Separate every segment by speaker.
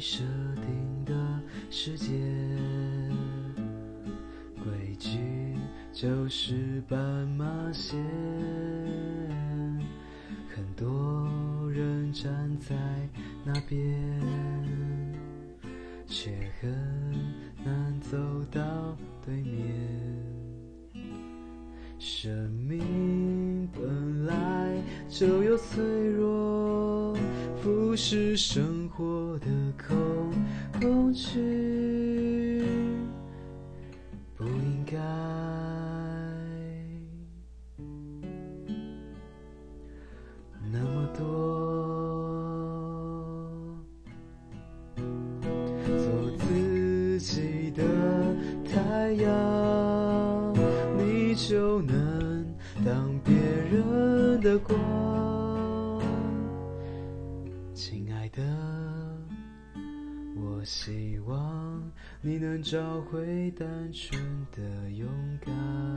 Speaker 1: 设定的世界，规矩就是斑马线，很多人站在那边，却很难走到对面。生命本来就有脆弱，腐蚀生活的恐惧，不应该那么多。做自己的太阳，你就能当别人的光。亲爱的，我希望你能找回单纯的勇敢。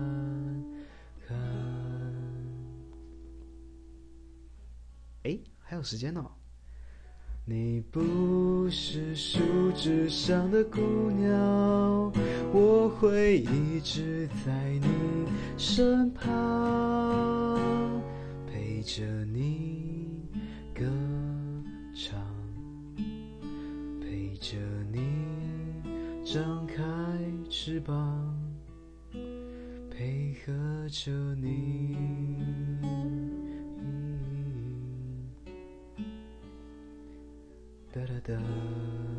Speaker 1: 还有时间哦。你不是树枝上的孤鸟，我会一直在你身旁，陪着你歌唱，陪着你张开翅膀，配合着你。哒哒哒。